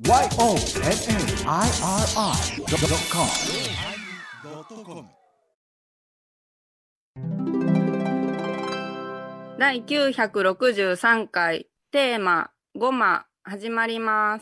YONNIRI.com 第963回テーマゴマ始まります。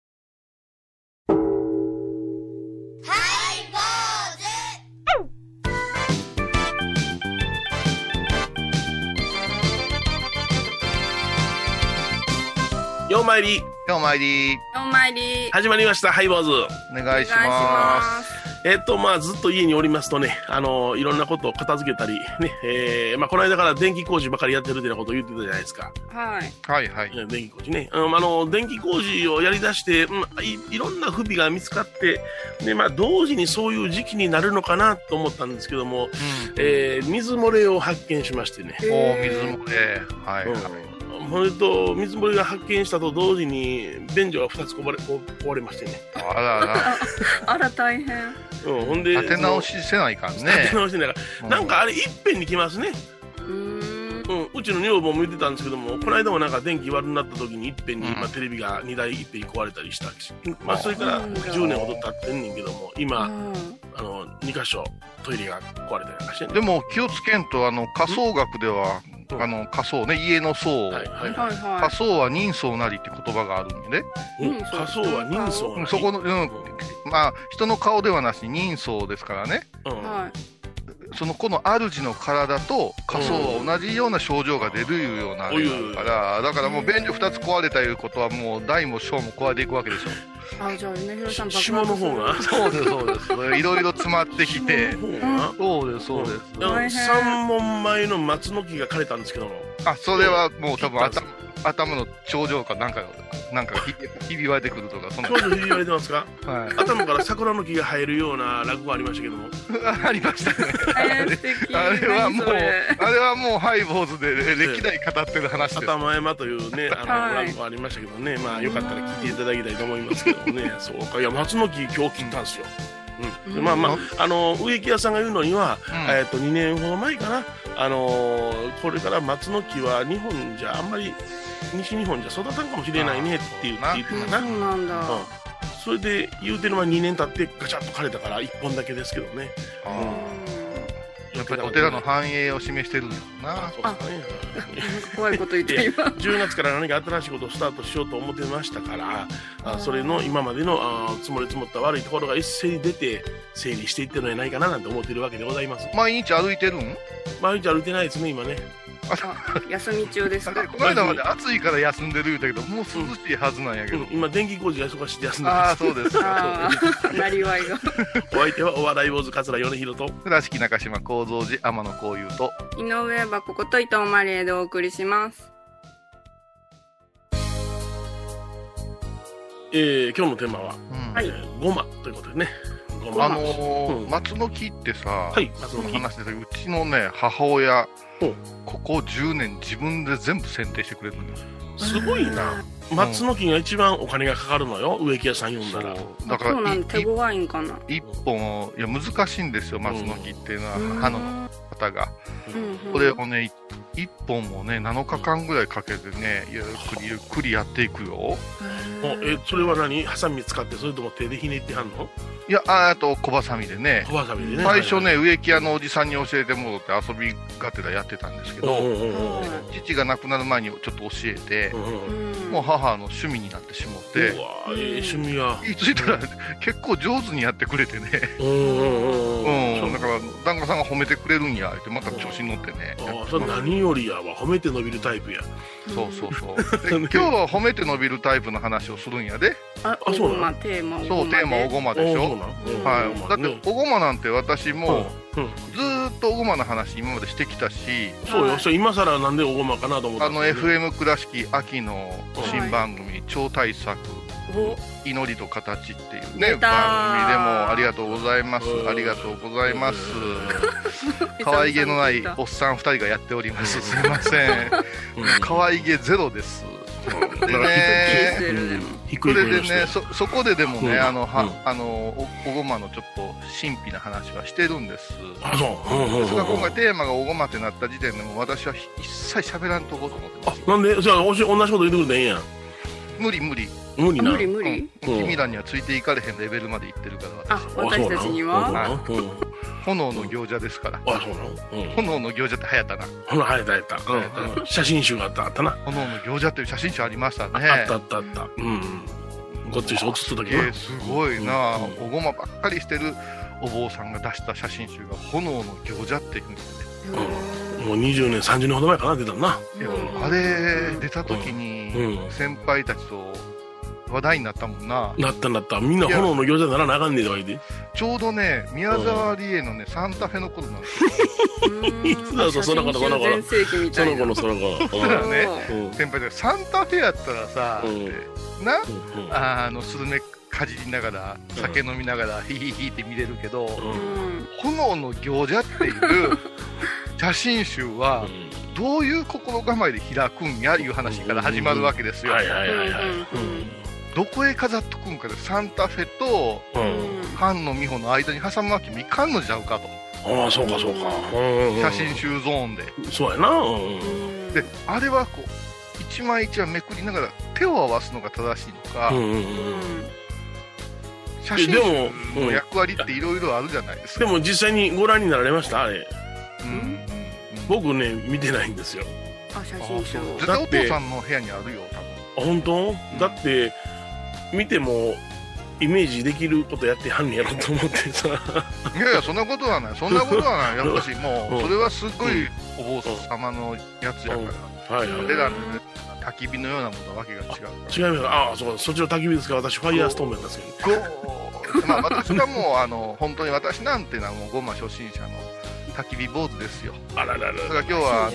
ようまいり今日参り始まりました。ハイボーズお願いします。 ずっと家におりますとね、いろんなことを片付けたりね、この間から電気工事ばかりやってるってなことを言ってたじゃないですか。 はいはい。 電気工事ね、電気工事をやり出して、いろんな不備が見つかって、で同時にそういう時期になるのかなと思ったんですけども、水漏れを発見しましてね。 水漏れ、はいはい。 それと水漏れが発見したと同時に便所が2つ壊れましてね。 あらあら大変。 ほんで立て直しせないかんね。 立て直しないから、なんかあれいっぺんに来ますね。うちの女房も言ってたんですけども、この間もなんか電気悪くなった時にいっぺんに、テレビが2台いっぺんに壊れたりしたし、それから10年ほど経ってんねんけども、今2カ所トイレが壊れたりなんかしてね。 でも気をつけんと仮想学では仮想ね、家の層、仮想は人相なりって言葉があるんでね。 仮想は人相なり。 そこの、人の顔ではなし人相ですからね。その子の主の体と仮想は同じような症状が出るいうようなあれがあるから、だからもう便所2つ壊れたいうことはもう大も小も壊れていくわけでしょ。 じゃあ米広さん下の方がそうですいろいろ詰まってきて、そうです 3本前の松の木が枯れたんですけども、 それはもう多分頭の頂上かなんかひび割れてくるとか、そんな。 ひび割れてますか？頭から桜の木が生えるような落語ありましたけども。 ありましたね。あれはもうハイボーズで歴代語ってる話です。 頭山というね、落語ありましたけどね、よかったら聞いていただきたいと思いますけどもね。そうか、いや松の木今日切ったんですよ。植木屋さんが言うのには、2年ほど前かな、これから松の木は日本じゃあんまり西日本じゃ育たんかもしれないねって言ってたな。 そうなんだ。 それで言うてる2年経ってガチャッと枯れたから1本だけですけどね。 やっぱりお寺の繁栄を示してるんだな。 怖いこと言って今。 10月から何か新しいことをスタートしようと思ってましたから、それの今までの積もり積もった悪いところが一斉に出て整理していってるのではないかななんて思ってるわけでございます。 毎日歩いてるん？ 毎日歩いてないですね今ね。 休み中ですか？ この間まで暑いから休んでる言うたけど、もう涼しいはずなんやけど、 今電気工事が忙しくて休んでます。 そうですか。 なりわいが。 お相手はお笑い坊主桂米広と倉敷中島幸三寺天野幸雄と井上箱こと伊藤マリエでお送りします。 今日のテーマは、ゴマということでね。 松の木ってさ、 松の木話してたうちのね母親、ここ10年自分で全部剪定してくれるのよ。 すごいな。松の木が一番お金がかかるのよ、植木屋さん呼んだら。 だから手強いんかな。 一本難しいんですよ、松の木っていうのは刃の方が。これをね1本もね7日間ぐらいかけてねゆっくりやっていくよ。 それは何？ハサミ使って、それとも手でひねってはんの？ いや、小バサミでね。 小バサミでね。 最初ね、植木屋のおじさんに教えてもらって遊びがてらやってたんですけど、父が亡くなる前にちょっと教えて、もう母の趣味になってしもって、 趣味は気づいたら結構上手にやってくれてね。だから旦那さんが褒めてくれるんやってまた調子に乗ってね。 それ何よりやわ、褒めて伸びるタイプや。 そう今日は褒めて伸びるタイプの話をするんやで。 そうなの。テーマおごまでしょ。だっておごまなんて私もずーっとおごまの話今までしてきたし。 そうよ。今更なんでおごまかなと思った。 FM 倉敷秋の新番組超大作祈りと形っていうね番組でもありがとうございます。ありがとうございます。可愛げのないおっさん2人がやっております。すいません。可愛げゼロです。でね、これでね、そこででもね、おごまのちょっと神秘な話はしてるんです。ですが今回テーマがおごまってなった時点でも私は一切喋らんとこうと思ってます。 なんで？じゃあ同じこと言ってくれていいやん。 無理。 無理な。 無理。 君らにはついていかれへんレベルまでいってるから私たちには炎の行者ですから。 あ、そうなの。 炎の行者って流行ったな。 流行った。写真集があったな。 炎の行者っていう写真集ありましたね。 あった。こっちに写った時は。 すごいな。おごまばっかりしてるお坊さんが出した写真集が炎の行者っていうんですね。 もう20年、30年ほど前かな、出たな。 あれ出た時に先輩たちと話題になったもんな。 なった。みんな炎の行者ならなあかんねえとか言って。 ちょうどね、宮沢りえのね、サンタフェの頃なんですよ。 そう、その子の。その子の。 先輩で、サンタフェやったらさ、スルメかじりながら、酒飲みながら、ヒヒヒって見れるけど、炎の行者っていう写真集は、どういう心構えで開くんやいう話から始まるわけですよ。どこへ飾っとくんかで、サンタフェと菅野美穂の間に挟むわけにいかんのちゃうかと。 ああ、そうか。 写真集ゾーンで。 そうやな。 で、あれはこう、一枚一枚めくりながら手を合わすのが正しいのか、写真集の役割っていろいろあるじゃないですか。 でも実際にご覧になられましたあれ。僕ね、見てないんですよ。 写真集。 絶対お父さんの部屋にあるよ、多分。 本当？だって見てもイメージできることやってはんねやろと思ってさ。 いやそんなことはない。やっぱしもうそれはすごいお坊様のやつやから。俺らの焚き火のようなものはわけが違う。 違います。ああ、そう、そっちの焚き火ですから、私ファイヤーストーンやったんですけど。 私がもう本当に私なんていうのはもうごま初心者の焚き火坊主ですよ。 あららら。 だから今日は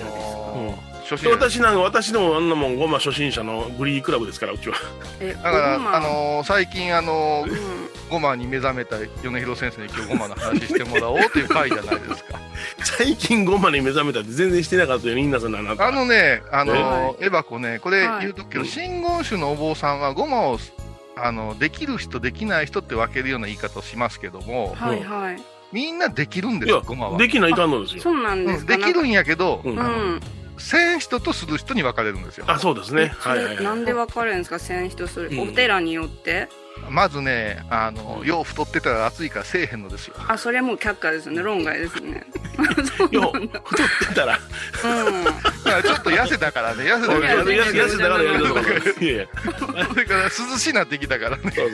私でもあんなもんごま初心者のグリークラブですから、うちは。 だから最近ごまに目覚めた米広先生に今日ごまの話してもらおうという回じゃないですか。 最近ごまに目覚めたって全然してなかったよ、みんなそんな。エバコね、これ言うとくけど、真言宗のお坊さんはごまをできる人できない人って分けるような言い方をしますけども、みんなできるんですよ、ごまは。 できないかんのですよ。 そうなんですか。 できるんやけど、せん人とする人に分かれるんですよ。 あ、そうですね。 なんで分かれるんですか、せん人する。お寺によって。 まずね、よう太ってたら暑いからせえへんのですよ。 それも却下ですね、論外ですね。 よう太ってたら。 ちょっと痩せたからね、痩せたからやるとか。それから涼しいなってきたからね。 そう。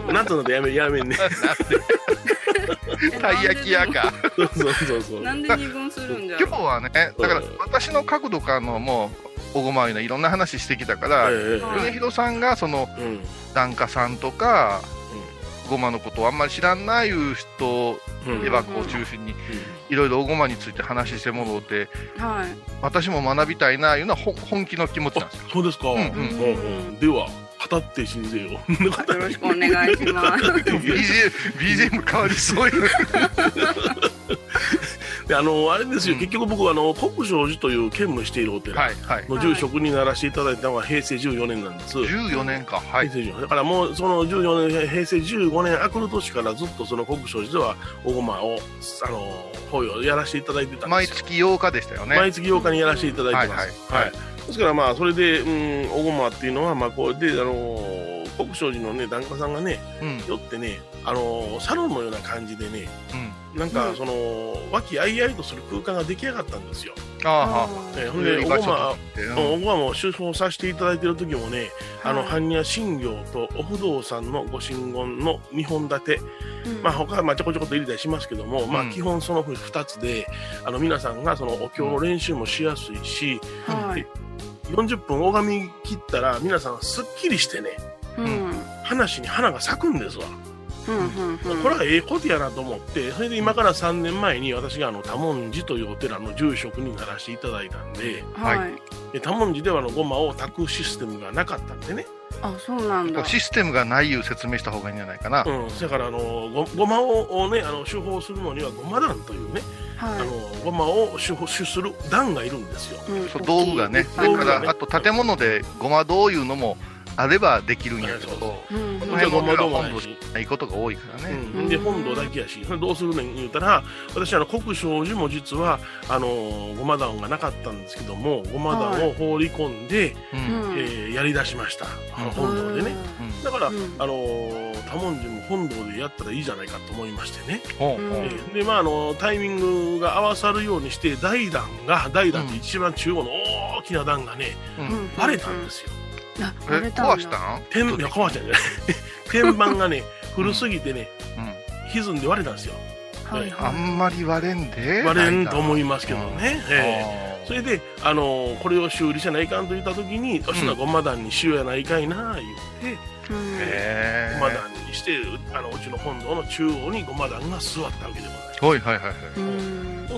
夏のでやめんね。 たい焼き屋か。 そう。 なんで二分するんじゃ。 今日はね、だから私の角度からのもうおごまいのいろんな話してきたから、米広さんがその檀家さんとかごまのことをあんまり知らんないいう人、エバコを中心にいろいろおごまについて話してもろうて、私も学びたいないうのは本気の気持ちなんですよ。 そうですか。では。語って信じよう。 よろしくお願いします。 BGM 変わりそうよ。 であれですよ、結局僕は国生寺という兼務しているお寺の住職にならせていただいたのは平成14年なんです。 14年か。 平成14年だからもうその14年平成15年明くる年からずっとその国生寺ではおごまを法要やらせていただいてたんですよ。 毎月8日でしたよね。 毎月8日にやらせていただいてます。ですからそれで、おごまっていうのはこれで国生寺のね檀家さんがね、よってねサロンのような感じでね、なんかその和気あいあいとする空間が出来上がったんですよ。ほんでおごまも出版させていただいている時もね、般若心経とお不動産のご神言の2本立て、他はちょこちょこと入れたりしますけども、基本その2つで皆さんがそのお経の練習もしやすいし、40分拝み切ったら皆さんすっきりしてね、話に花が咲くんですわ。これはええことやなと思って、それで今から3年前に私が多聞寺というお寺の住職にならせていただいたんで、多聞寺ではごまを炊くシステムがなかったんでね。 そうなんだ。 システムがないいう説明した方がいいんじゃないかな。 だからごまをね手法するのにはごま団というね、ごまを手する団がいるんですよ。 道具がね。それからあと建物でごま堂いうのもあればできるんやけど、この辺も本堂しないことが多いからね。 で本堂だけやし、どうするねん言うたら、私国生寺も実はごま団がなかったんですけども、ごま団を放り込んで、やりだしました、本堂でね。だから、多聞寺も本堂でやったらいいじゃないかと思いましてね。でタイミングが合わさるようにして、大壇って一番中央の大きな壇がね、割れたんですよ。 壊したん？ 壊したんじゃない天板がね古すぎてね、歪んで割れたんですよ。 あんまり割れんと思いますけどね。それでこれを修理しないかんと言った時に、そんなごま団にしようやないかいな言って、ごま団にして、うちの本堂の中央にごま団が座ったわけでございます。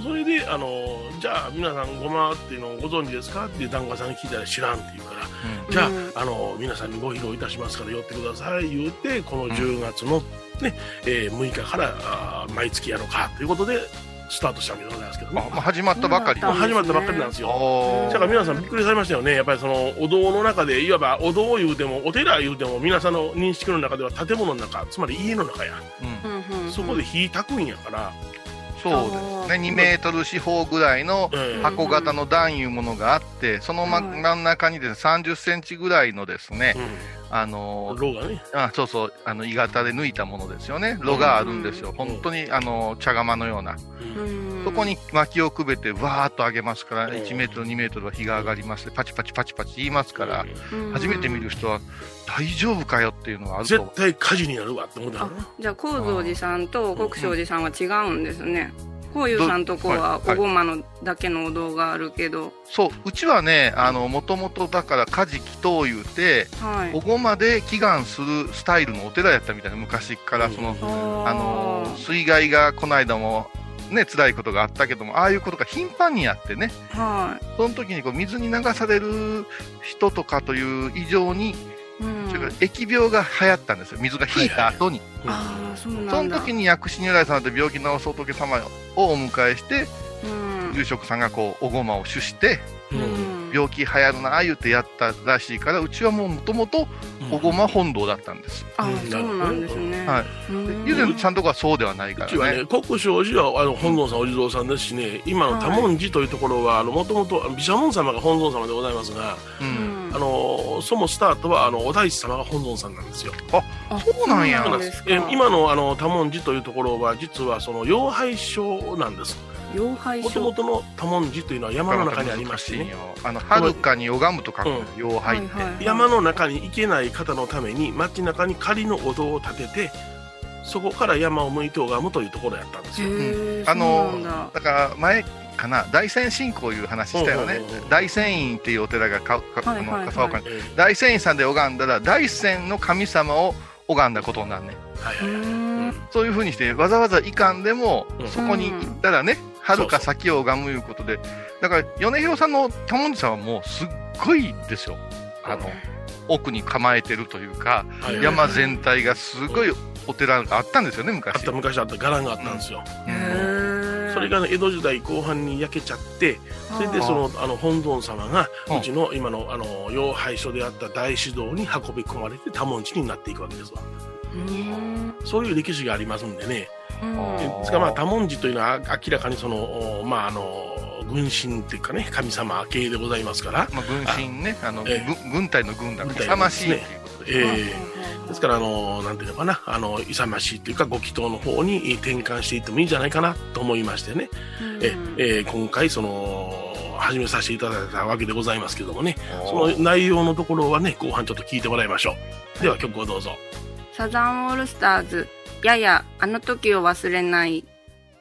それでじゃあ皆さんごまっていうのをご存知ですかって檀家さんに聞いたら知らんって言うから、じゃあ皆さんにご披露いたしますから寄ってください言うて、この10月のね、6日から毎月やろうかということでスタートしたわけでございますけどね。 始まったばかりなんですよ。だから皆さんびっくりされましたよね。やっぱりそのお堂の中で、いわばお堂言うてもお寺言うても、皆さんの認識の中では建物の中、つまり家の中や、そこで火焚くんやから。 そうですね、2メートル四方ぐらいの箱型の段いうものがあって、その真ん中にですね、30センチぐらいのですね、 炉がね、 そうそう、鋳型で抜いたものですよね。炉があるんですよ。本当に茶釜のような。そこに薪をくべてわーっと上げますから、1メートル2メートルは火が上がりまして、パチパチパチパチ言いますから、初めて見る人は大丈夫かよっていうのがあると。 絶対火事になるわって思ったのね。 じゃあ高蔵寺さんと国生寺さんは違うんですね。法友さんとこはおごまのだけのお堂があるけど、 そう、うちはね、もともとだから家事祈祷言うて、おごまで祈願するスタイルのお寺やったみたいな、昔から水害がこの間もね、辛いことがあったけども、ああいうことが頻繁にあってね、その時に水に流される人とかという以上に、疫病が流行ったんですよ、水が引いた後に。その時に薬師如来様と病気の仏様をお迎えして、住職さんがおごまを主して、病気流行るな言ってやったらしいから、うちはもともとおごま本堂だったんです。 そうなんですね。 ゆずさんとこはそうではないからね。 うちはね、国生寺は本尊さんお地蔵さんですしね、今の多聞寺というところはもともと毘沙門様が本尊様でございますが、そもスタートはお大師様が本尊さんなんですよ。 そうなんや。 今の多聞寺というところは実はその妖拝所なんです。もともとの多聞寺というのは山の中にありましてね、 はるかに拝むと書く妖拝って、 山の中に行けない方のために街中に仮のお堂を建てて、そこから山を向いて拝むというところやったんですよ。だから前かな、大仙信仰いう話したよね。大仙院っていうお寺が笠岡に、大仙院さんで拝んだら大仙の神様を拝んだことになるね。そういうふうにしてわざわざいかんでも、そこに行ったらね、はるか先を拝むいうことで、だから米広さんの多聞寺さんはもうすっごいですよ。奥に構えてるというか、山全体がすごいお寺があったんですよね、昔。 昔あった伽藍があったんですよ。それが、江戸時代後半に焼けちゃって、それでその本尊様がうちの今の妖拝所であった大師堂に運び込まれて多聞寺になっていくわけですわ。そういう歴史がありますんでね。ですから多聞寺というのは明らかにその軍神っていうかね、神様系でございますから。 軍神ね、軍隊の軍だから勇ましいっていうことですから、なんていうのかな、勇ましいというか、ご祈祷の方に転換していってもいいんじゃないかなと思いましてね、今回、始めさせていただいたわけでございますけどもね、その内容のところはね、後半ちょっと聞いてもらいましょう。では、曲をどうぞ。 サザンオールスターズ、ややあの時を忘れない。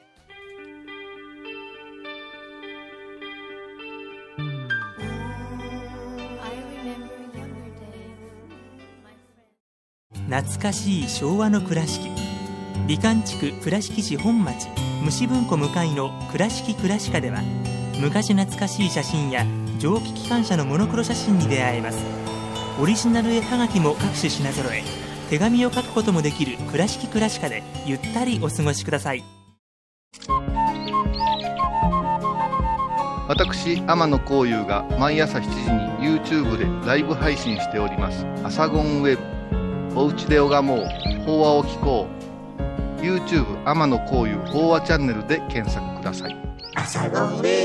懐かしい昭和の倉敷、美観地区倉敷市本町虫文庫向かいの倉敷倉歯科では、昔懐かしい写真や蒸気機関車のモノクロ写真に出会えます。オリジナル絵はがきも各種品揃え、手紙を書くこともできる倉敷倉歯科でゆったりお過ごしください。 私天野幸雄が毎朝7時に YouTube でライブ配信しておりますアサゴンウェブ、おうちで拝もう法話を聞こう、 YouTube 天野幸雄法話チャンネルで検索ください。 アサゴンウェブ。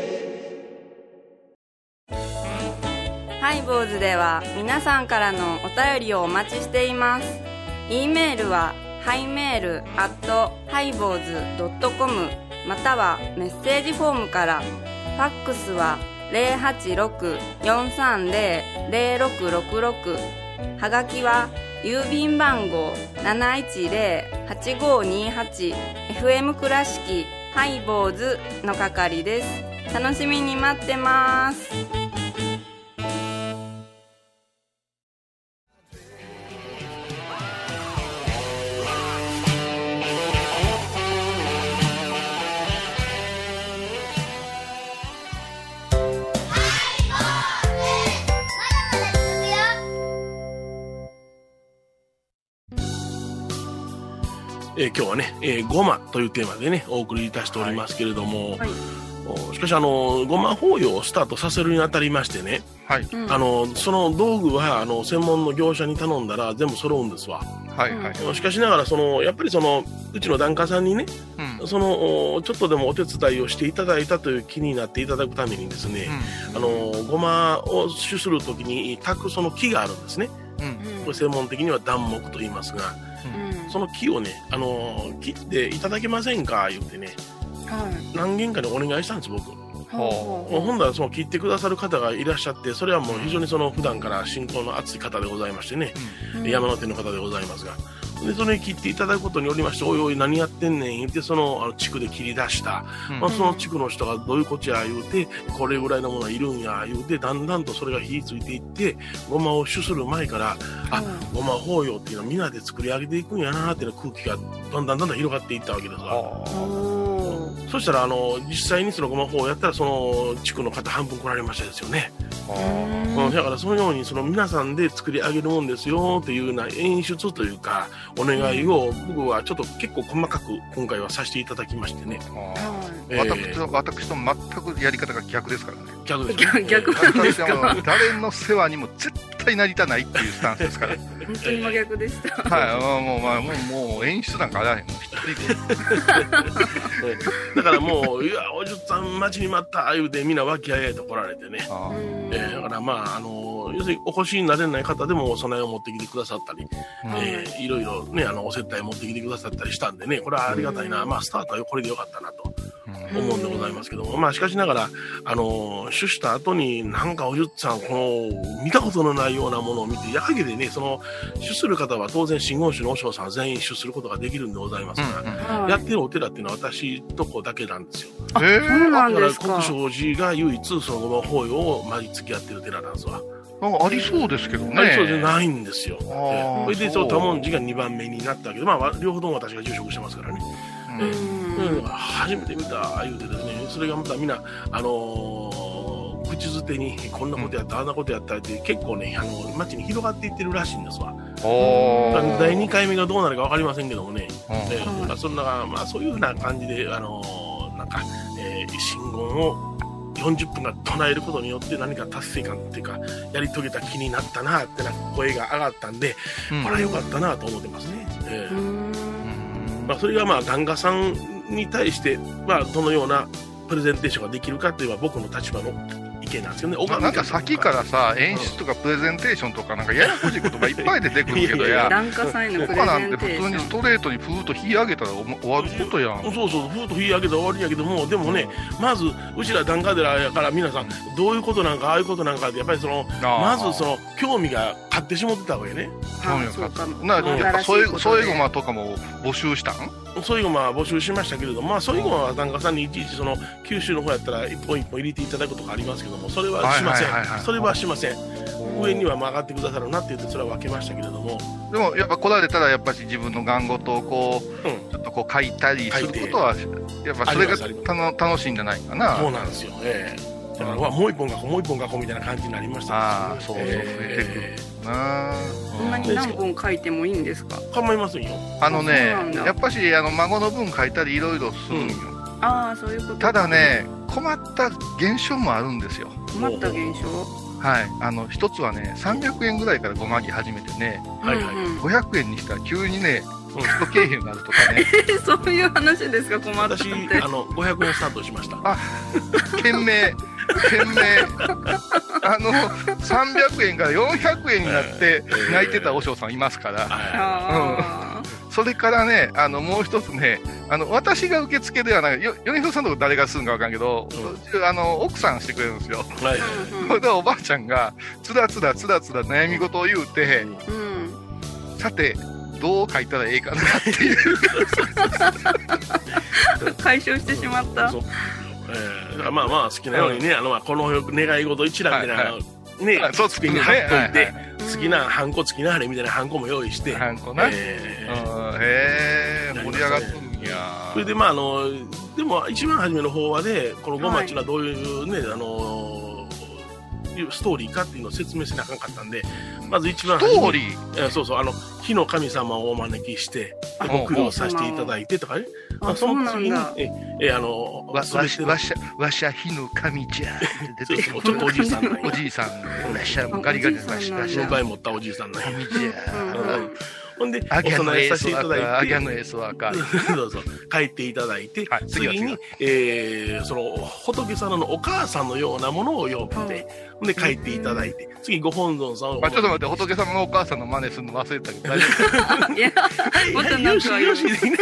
ハイボーズでは皆さんからのお便りをお待ちしています。 E メールはハイメール@highboz.com またはメッセージフォームから。ファックスは 086-430-0666、 はがきは郵便番号 710-8528 FM 倉敷ハイボーズの係です。楽しみに待ってます。 今日はね、ごまというテーマでねお送りいたしておりますけれども、はいはい、しかしごま法要をスタートさせるにあたりましてね、はい、その道具は専門の業者に頼んだら全部揃うんですわ。はいはい、しかしながらやっぱりうちの檀家さんにね、ちょっとでもお手伝いをしていただいたという気になっていただくためにですね、ごまを主するときに炊くその木があるんですね。これ専門的には檀木と言いますが、その木をね、切っていただけませんか言ってね、何軒かにお願いしたんです僕。ほんだら切ってくださる方がいらっしゃって、それはもう非常に普段から信仰の厚い方でございましてね、山手の方でございますが、でそれ切っていただくことによりまして、おいおい何やってんねん言って地区で切り出した、その地区の人がどういうこっちゃ言うて、これぐらいのものはいるんや言うて、だんだんとそれが火ついていって、ごまを主する前から、ごま法要っていうのはみんなで作り上げていくんやなーっていう空気がだんだん広がっていったわけですわ。そしたら実際にごま法をやったら、その地区の方半分来られましたですよね。だからそのように皆さんで作り上げるもんですよっていうような演出というかお願いを僕はちょっと結構細かく今回はさせていただきましてね。 私と全くやり方が逆ですからね。 逆ですね。 逆ですか。 誰の世話にも絶対なりたないっていうスタンスですから。 本当に真逆でした。 はい、もう演出なんかあらへん。もう一人で。 だからもういやおじゅっさん待ちに待った言うてみんな和気あいあいと来られてね。だから要するにお越しになれない方でもお供えを持ってきてくださったり、いろいろねお接待持ってきてくださったりしたんでね、これはありがたいな、スタートはこれでよかったなと思うんでございますけども、しかしながら主した後になんかおじゅっさん見たことのないようなものを見て、やはりでね主する方は当然真言宗の和尚さんは全員主することができるんでございますが、やってるお寺っていうのは私とこだけなんですよ。 そうなんですか。 だから国生寺が唯一ごま法要を付き合ってる寺なんですわ。 ありそうですけどね。 ありそうでないんですよ。それで多聞寺が2番目になったわけで、両方とも私が住職してますからね。初めて見た言うてですね、それがまたみんな口づてにこんなことやった、あんなことやったって結構ね街に広がっていってるらしいんですわ。第2回目がどうなるか分かりませんけどもね、そんなそういうような感じで真言を40分間唱えることによって何か達成感っていうかやり遂げた気になったなってな声が上がったんで、これは良かったなと思ってますね。それが檀家さんに対してどのようなプレゼンテーションができるかというのは僕の立場の意見なんですよね。 なんか先からさ、演出とかプレゼンテーションとかなんかややこしいことがいっぱい出てくるけどや、 檀家さんへのプレゼンテーション他なんて普通にストレートにふーっと火上げたら終わることやん。 そうふーっと火上げたら終わりやけども、でもね、まずうちら檀家寺やから皆さんどういうことなんかああいうことなんかってやっぱりまず興味が勝ってしもってたわけね。 やっぱ添えごまとかも募集したん？ 添いごまは募集しましたけれども、添いごまは檀家さんにいちいち九州の方やったら一本一本入れていただくとかありますけども、それはしません。それはしません。上には上がってくださるなって言ってそれは分けましたけれども、 でもやっぱ来られたらやっぱり自分の願事をちょっと書いたりすることはやっぱそれが楽しいんじゃないかな。 そうなんですよ。だからもう一本書こうもう一本書こうみたいな感じになりましたね。 そう増えてくるな。 そんなに何本書いてもいいんですか？ 構いませんよ。 やっぱし孫の分書いたりいろいろするんよ。 そういうこと。 ただね、 困った現象もあるんですよ。 困った現象。 はい、一つはね、300円ぐらいからごまぎ始めてね、 はいはい。 500円にしたら急にね、人経費になるとかね。 そういう話ですか、困ったって。 私、500円スタートしました。 あ、懸命。300円から400円になって泣いてた和尚さんいますから。それからね、もう一つね、私が受付ではない、米広さんのとこ誰がするんかわかんけど、奥さんしてくれるんですよ。それでおばあちゃんが、つらつら悩み事を言うて、さて、どう書いたらええかなっていう。 解消してしまった。 まあ好きなようにね、この願い事一覧みたいなね、机に貼っといて、好きなハンコ付きなはれみたいなハンコも用意して、 ハンコな、盛り上がっとるんや。 それででも一番初めの方はね、このごまっていうのはどういうね、ストーリーかっていうのを説明しなあかんかったんで、まず一番初めにストーリー、 そうそう、火の神様をお招きしてご苦労させていただいてとかね、その次にわしゃ火の神じゃちょっとおじいさんなんや、 おじいさん、わしゃガリガリわしゃいっぱい持ったおじいさんなんや、 神じゃほんでお供えさせていただいて、 アギャのエースワーカーそう帰っていただいて、次にその仏様のお母さんのようなものを呼んで、で帰っていただいて、次ご本尊さんを、 ちょっと待って、仏様のお母さんの真似するの忘れたけど大丈夫？いや、もっとなんかよしで帰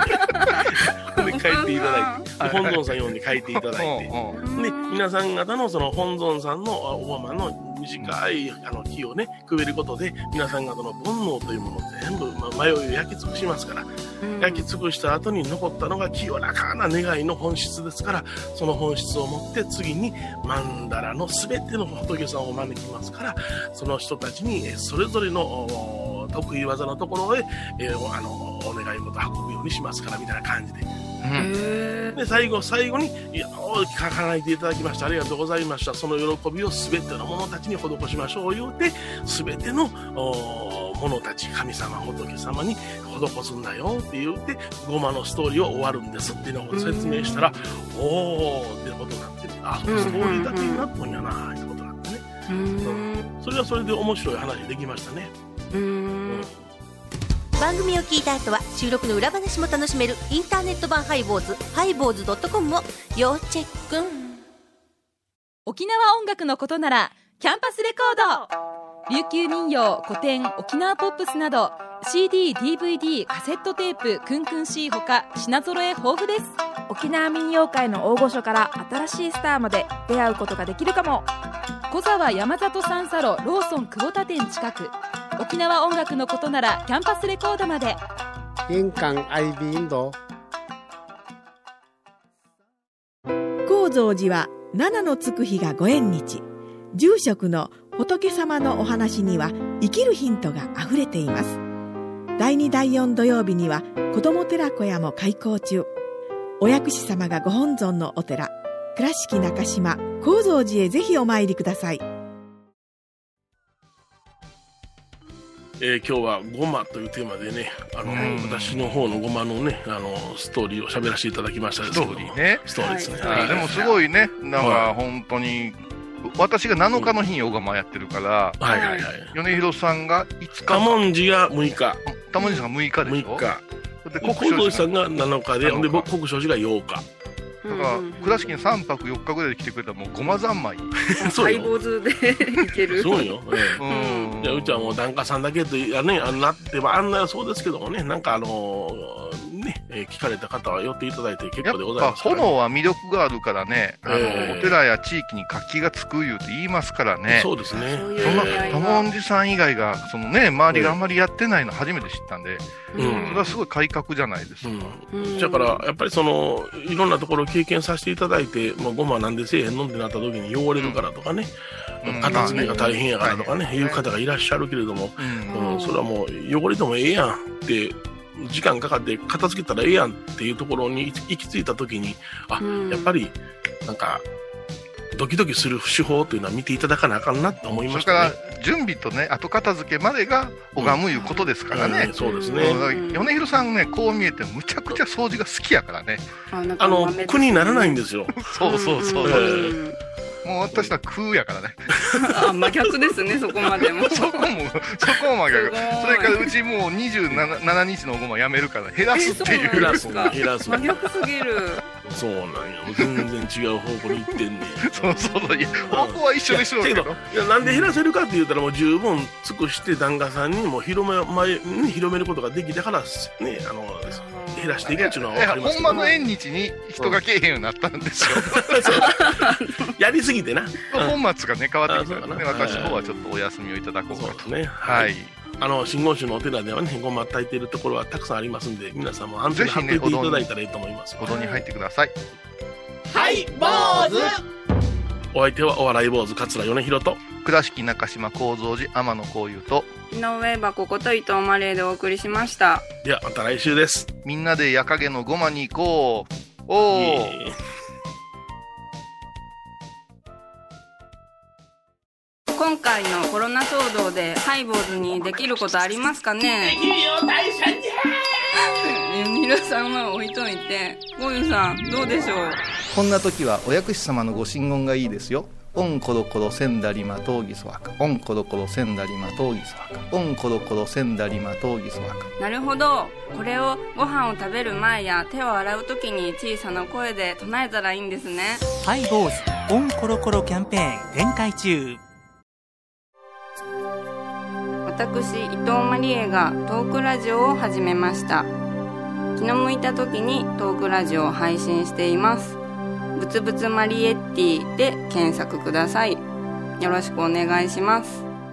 っていただいて、本尊さん呼んで帰っていただいて、で皆さん方のその本尊さんのおままの短い木をねくべることで、皆さん方の煩悩というものを全部迷いを焼き尽くしますから、焼き尽くした後に残ったのが清らかな願いの本質ですから、その本質を持って次に曼荼羅の全ての仏さんを招きますから、その人たちにそれぞれの得意技のところへ、お願い事を運ぶようにしますからみたいな感じで。で最後に大きく叶えていただきましたありがとうございました、その喜びを全ての者たちに施しましょう言うて、全ての者たち神様仏様に施すんだよって言ってごまのストーリーは終わるんですっていうのを説明したら、おーってことになって、そのストーリーだけになったんやなってことになってね、それはそれで面白い話できましたね。 番組を聞いた後は収録の裏話も楽しめるインターネット版ハイボーズ、ハイボーズ.com を要チェック。 沖縄音楽のことならキャンパスレコード、琉球民謡、古典、沖縄ポップスなど CD、DVD、カセットテープ、クンクン C ほか品揃え豊富です。 沖縄民謡界の大御所から新しいスターまで出会うことができるかも。小沢山里三佐路ローソン久保田店近く。沖縄音楽のことならキャンパスレコードまで。 印鑑アイビーンド。 高蔵寺は七のつく日がご縁日。住職の仏様のお話には生きるヒントがあふれています。第2第4土曜日には子ども寺小屋も開校中。お薬師様がご本尊のお寺、倉敷中島・高蔵寺へぜひお参りください。 今日はごまというテーマでね、私の方のごまのね、ストーリーを喋らせていただきましたですけども、ストーリーですね。 でもすごいね、なんか本当に、私が7日の日に小釜やってるから、米広さんが5日。多文字が6日。 多文字さんが6日でしょ。6日。 で、国生寺さんが7日で、僕、国生寺が8日。 だから倉敷に3泊4日ぐらいで来てくれたらもうごま三昧。 ハイボーズでいける。 そうよ。うちはもう檀家さんだけとね、なってあんなそうですけどもね、なんか聞かれた方は寄っていただいて結構でございます、 炎は魅力があるからね、お寺や地域に活気がつくいうて言いますからね。 そうですね。 そんな多文字さん以外がそのね、周りがあんまりやってないの初めて知ったんで、それはすごい改革じゃないですか。 だからやっぱりいろんなところを経験させていただいて、ごまなんでせえへんのってなった時に汚れるからとかね、片付けが大変やからとかね、いう方がいらっしゃるけれども、それはもう汚れてもええやんって時間かかって片付けたらええやんっていうところに行き着いた時に、やっぱりなんかドキドキする手法というのは見ていただかなあかんなと思いましたね。 それから準備とね後片付けまでが拝むいうことですからね、 そうですね。 米広さんねこう見えてむちゃくちゃ掃除が好きやからね。 苦にならないんですよ。 そうそうそう、もう私は空やからね。 真逆ですね、そこまでも。 そこも真逆。それからうちもう27日のおごまやめるから減らすっていう。 減らす。 真逆すぎる。 そうなんや。全然違う方向に行ってんねん。 そう方向は一緒でしょうけど。 なんで減らせるかって言ったらもう十分尽くして檀家さんにも広めることができたからね、減らしていくっていうのは分かりますけど。 ほんまの縁日に人がけえへんようになったんですよ。 やりすぎてな。 本末がね変わってきたからね、私の方はちょっとお休みをいただこうかと。 ね。はい。真言宗のお寺ではね、ごま炊いているところはたくさんありますんで、皆さんも安全に貼っていていただいたらいいと思います。 お堂に入ってください。 はい坊主。 お相手はお笑い坊主桂米広と倉敷中島幸三寺天野幸雄と井上箱こと伊藤マレーでお送りしました。 ではまた来週です。 みんなで夜影のごまに行こう。おー。 今回のコロナ騒動でハイボーズにできることありますかね。 できるよ大社じゃ。 米広さんは置いといて、ゴユさんどうでしょう。 こんな時はお薬師様のご神言がいいですよ。オンコロコロセンダリマトウギソワカ、オンコロコロセンダリマトウギソワカ、オンコロコロセンダリマトウギソワカ。 なるほど。これをご飯を食べる前や手を洗う時に小さな声で唱えたらいいんですね。 ハイボーズオンコロコロキャンペーン展開中。 私伊藤マリエがトークラジオを始めました。気の向いた時にトークラジオを配信しています。ぶつぶつマリエッティで検索ください。よろしくお願いします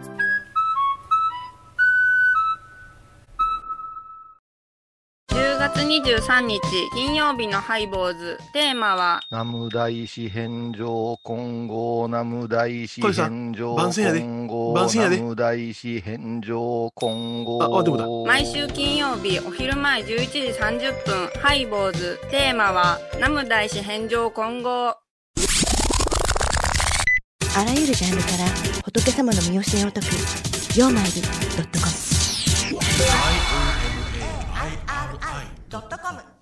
。10月23日金曜日のハイボーズ、テーマは南無大師返上金剛、南無大師返上金剛、南無大師返上金剛。 毎週金曜日お昼前11時30分、ハイボーズ、テーマは南無大師返上金剛。 あらゆるジャンルから仏様の身教えを解くようまいり.com。